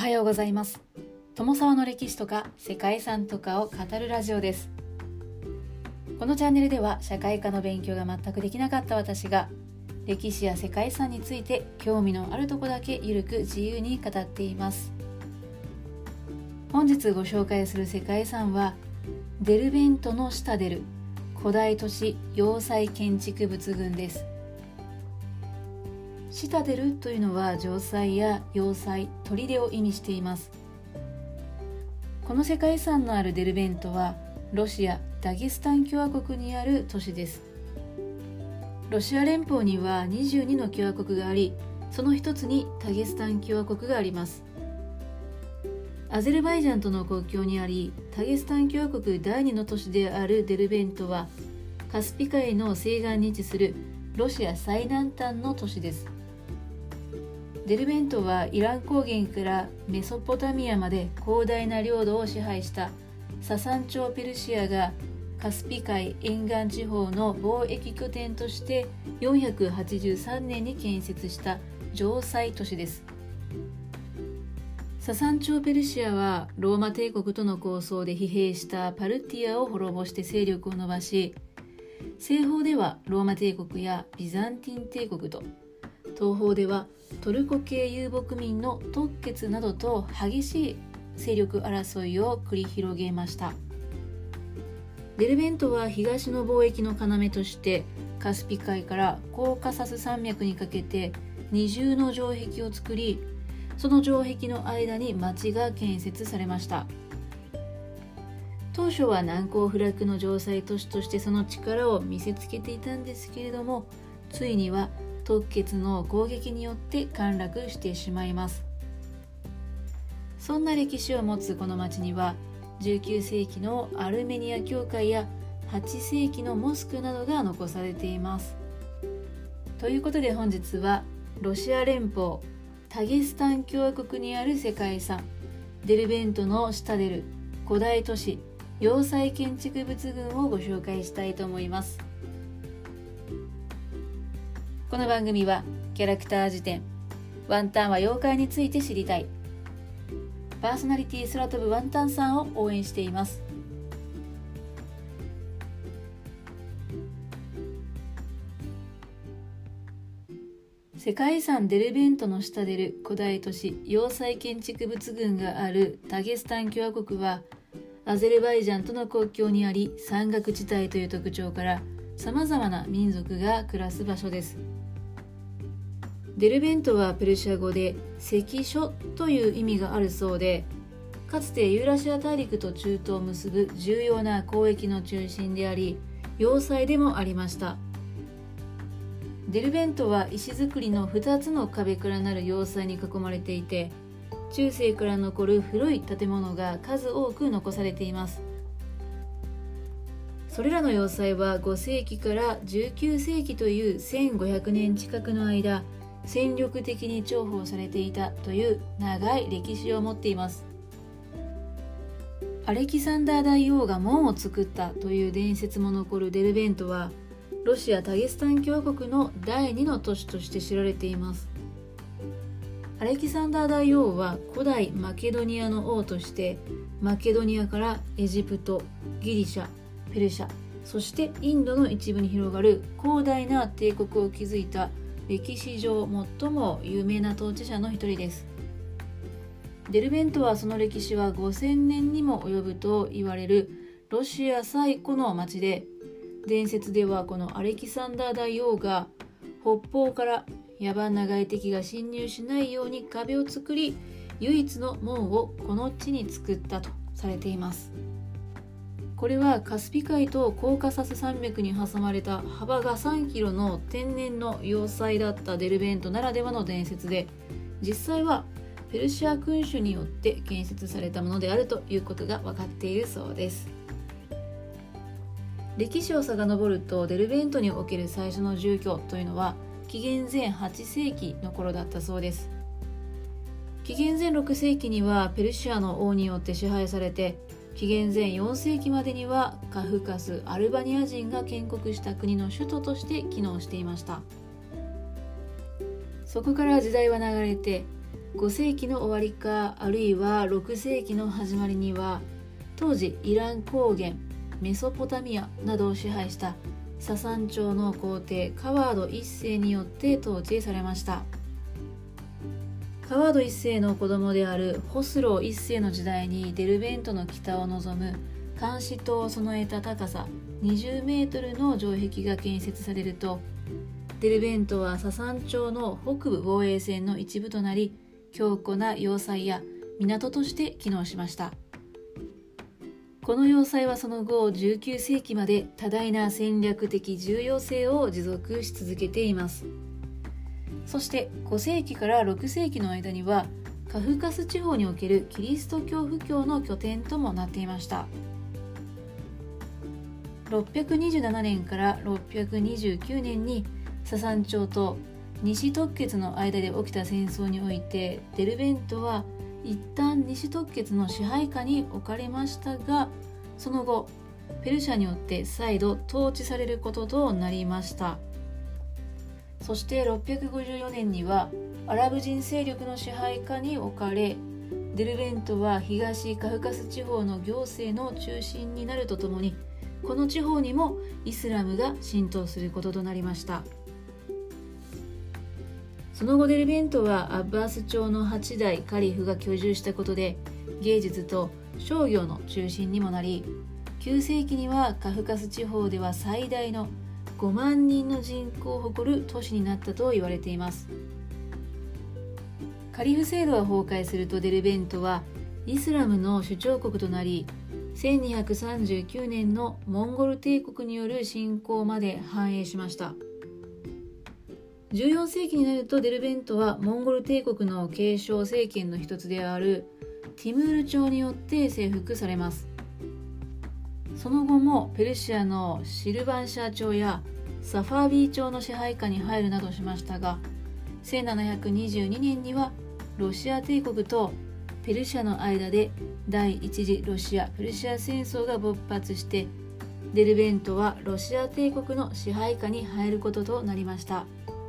はようございます。友沢の歴史とか世界遺産とかを語るラジオです。このチャンネルでは社会科の勉強が全くできなかった私が歴史や世界遺産について興味のあるとこだけゆるく自由に語っています。本日ご紹介する世界遺産はデルベントのシタデル古代都市要塞建築物群です。シタデルというのは城塞や要塞、砦を意味しています。この世界遺産のあるデルベントはロシア・ダゲスタン共和国にある都市です。ロシア連邦には22の共和国があり、その一つにダゲスタン共和国があります。アゼルバイジャンとの国境にあり、ダゲスタン共和国第2の都市であるデルベントはカスピ海の西岸に位置するロシア最南端の都市です。デルベントはイラン高原からメソポタミアまで広大な領土を支配したササン朝ペルシアがカスピ海沿岸地方の貿易拠点として483年に建設した城塞都市です。ササン朝ペルシアはローマ帝国との抗争で疲弊したパルティアを滅ぼして勢力を伸ばし、西方ではローマ帝国やビザンティン帝国と、東方ではトルコ系遊牧民の突厥などと激しい勢力争いを繰り広げました。デルベントは東の貿易の要としてカスピ海からコーカサス山脈にかけて二重の城壁を作り、その城壁の間に町が建設されました。当初は難攻不落の城塞都市としてその力を見せつけていたんですけれども、ついには突厥の攻撃によって陥落してしまいます。そんな歴史を持つこの町には19世紀のアルメニア教会や8世紀のモスクなどが残されています。ということで本日はロシア連邦ダゲスタン共和国にある世界遺産デルベントのシタデル古代都市要塞建築物群をご紹介したいと思います。この番組はキャラクター辞典ワンタンは妖怪について知りたいパーソナリティ空飛ぶワンタンさんを応援しています。世界遺産デルベントのシタデル古代都市要塞建築物群があるダゲスタン共和国はアゼルバイジャンとの国境にあり、山岳地帯という特徴からさまざまな民族が暮らす場所です。デルベントはペルシャ語で関所という意味があるそうで、かつてユーラシア大陸と中東を結ぶ重要な交易の中心であり、要塞でもありました。デルベントは石造りの2つの壁からなる要塞に囲まれていて、中世から残る古い建物が数多く残されています。それらの要塞は5世紀から19世紀という1500年近くの間、戦力的に重宝されていたという長い歴史を持っています。アレキサンダー大王が門を作ったという伝説も残るデルベントはロシア・ダゲスタン共和国の第2の都市として知られています。アレキサンダー大王は古代マケドニアの王としてマケドニアからエジプト、ギリシャ、ペルシャ、そしてインドの一部に広がる広大な帝国を築いた歴史上最も有名な統治者の一人です。デルベントはその歴史は5000年にも及ぶと言われるロシア最古の町で、伝説ではこのアレキサンダー大王が北方から野蛮な外敵が侵入しないように壁を作り、唯一の門をこの地に作ったとされています。これはカスピ海とコーカサス山脈に挟まれた幅が3キロの天然の要塞だったデルベントならではの伝説で、実際はペルシア君主によって建設されたものであるということが分かっているそうです。歴史を遡るとデルベントにおける最初の住居というのは紀元前8世紀の頃だったそうです。紀元前6世紀にはペルシアの王によって支配されて、紀元前4世紀までにはカフカス・アルバニア人が建国した国の首都として機能していました。そこから時代は流れて 5世紀の終わりかあるいは6世紀の始まりには、当時イラン高原、メソポタミアなどを支配したササン朝の皇帝カワード1世によって統治されました。カワード1世の子供であるホスロー1世の時代にデルベントの北を望む監視塔を備えた高さ20メートルの城壁が建設されると、デルベントはササン朝の北部防衛線の一部となり、強固な要塞や港として機能しました。この要塞はその後19世紀まで多大な戦略的重要性を持続し続けています。そして5世紀から6世紀の間にはカフカス地方におけるキリスト教布教の拠点ともなっていました。627年から629年にササン朝と西突厥の間で起きた戦争において、デルベントは一旦西突厥の支配下に置かれましたが、その後ペルシャによって再度統治されることとなりました。そして654年にはアラブ人勢力の支配下に置かれ、デルベントは東カフカス地方の行政の中心になるとともに、この地方にもイスラムが浸透することとなりました。その後デルベントはアッバース朝の8代カリフが居住したことで芸術と商業の中心にもなり、9世紀にはカフカス地方では最大の5万人の人口を誇る都市になったと言われています。カリフ制度が崩壊するとデルベントはイスラムの首長国となり、1239年のモンゴル帝国による侵攻まで繁栄しました。14世紀になるとデルベントはモンゴル帝国の継承政権の一つであるティムール朝によって征服されます。その後もペルシアのシルバンシャー朝やサファービー朝の支配下に入るなどしましたが、1722年にはロシア帝国とペルシャの間で第一次ロシア・ペルシア戦争が勃発して、デルベントはロシア帝国の支配下に入ることとなりました。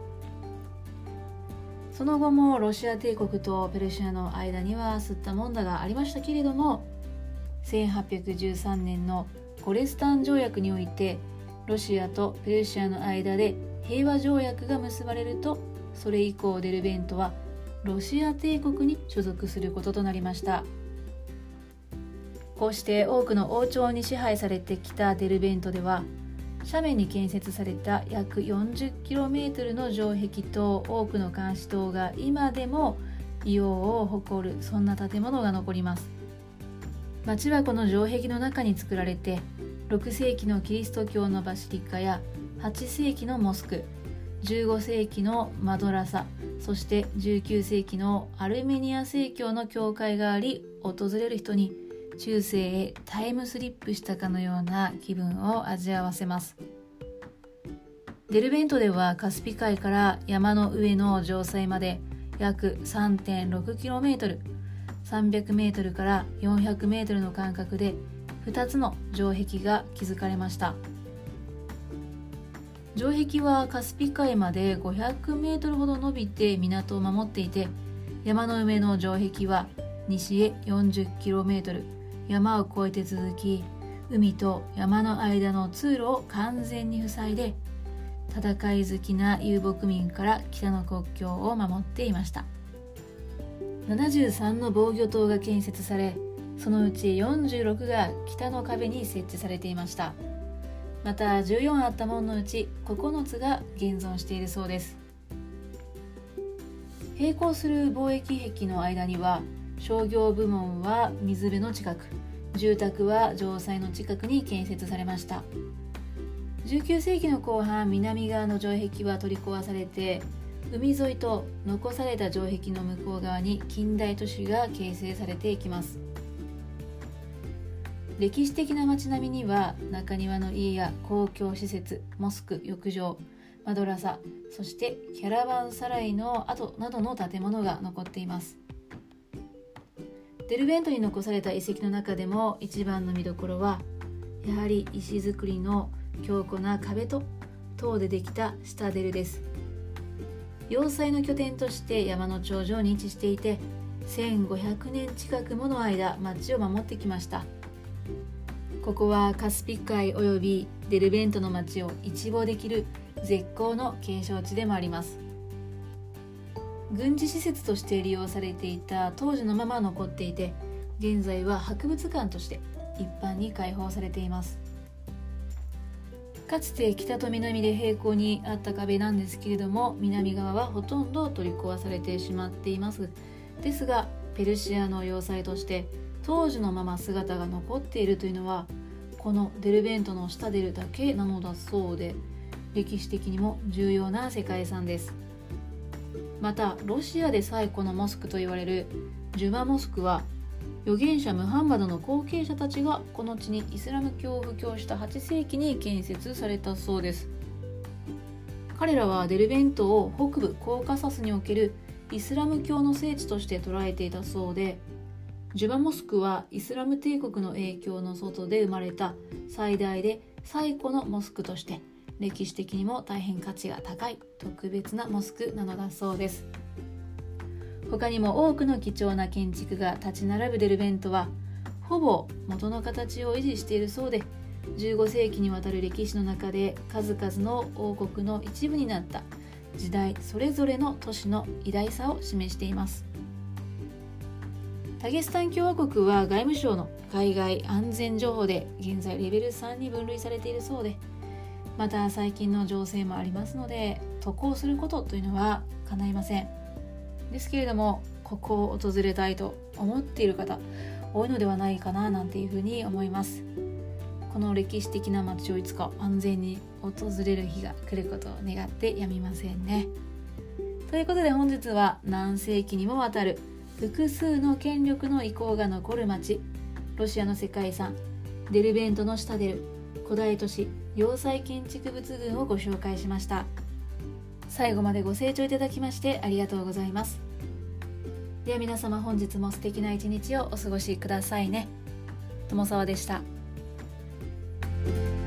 その後もロシア帝国とペルシアの間には吸ったもんだがありましたけれども、1813年のゴレスタン条約においてロシアとペルシアの間で平和条約が結ばれると、それ以降デルベントはロシア帝国に所属することとなりました。こうして多くの王朝に支配されてきたデルベントでは、斜面に建設された約 40km の城壁と多くの監視塔が今でも威容を誇る、そんな建物が残ります。町はこの城壁の中に作られて、6世紀のキリスト教のバシリカや8世紀のモスク、15世紀のマドラサ、そして19世紀のアルメニア正教の教会があり、訪れる人に中世へタイムスリップしたかのような気分を味わわせます。デルベントではカスピ海から山の上の城塞まで約 3.6km、300m から 400m の間隔で2つの城壁が築かれました。城壁はカスピ海まで 500m ほど伸びて港を守っていて、山の上の城壁は西へ 40km、山を越えて続き、海と山の間の通路を完全に塞いで、戦い好きな遊牧民から北の国境を守っていました。73の防御塔が建設され、そのうち46が北の壁に設置されていました。また14あった門のうち9つが現存しているそうです。並行する貿易壁の間には、商業部門は水辺の近く、住宅は城塞の近くに建設されました。19世紀の後半、南側の城壁は取り壊されて、海沿いと残された城壁の向こう側に近代都市が形成されていきます。歴史的な街並みには中庭の家や公共施設、モスク、浴場、マドラサ、そしてキャラバンサライの跡などの建物が残っています。デルベントに残された遺跡の中でも一番の見どころは、やはり石造りの強固な壁と塔でできたシタデルです。 要塞の拠点として山の頂上に位置していて、1500年近くもの間町を守ってきました。ここはカスピ海およびデルベントの町を一望できる絶好の景勝地でもあります。軍事施設として利用されていた当時のまま残っていて、現在は博物館として一般に開放されています。かつて北と南で平行にあった壁なんですけれども、南側はほとんど取り壊されてしまっています。ですがペルシアの要塞として当時のまま姿が残っているというのは、このデルベントのシタデルだけなのだそうで、歴史的にも重要な世界遺産です。またロシアで最古のモスクといわれるジュマモスクは、預言者ムハンマドの後継者たちがこの地にイスラム教を布教した8世紀に建設されたそうです。彼らはデルベントを北部コーカサスにおけるイスラム教の聖地として捉えていたそうで、ジュマモスクはイスラム帝国の影響の外で生まれた最大で最古のモスクとして、歴史的にも大変価値が高い特別なモスクなのだそうです。他にも多くの貴重な建築が立ち並ぶデルベントは、ほぼ元の形を維持しているそうで、15世紀にわたる歴史の中で数々の王国の一部になった時代それぞれの都市の偉大さを示しています。ダゲスタン共和国は外務省の海外安全情報で現在レベル3に分類されているそうで、また最近の情勢もありますので、渡航することというのは叶いません。ですけれども、ここを訪れたいと思っている方多いのではないかななんていうふうに思います。この歴史的な街をいつか安全に訪れる日が来ることを願ってやみませんね。ということで本日は何世紀にもわたる複数の権力の遺構が残る街、ロシアの世界遺産デルベントのシタデル古代都市要塞建築物群をご紹介しました。最後までご清聴いただきましてありがとうございます。では皆様、本日も素敵な一日をお過ごしくださいね。友沢でした。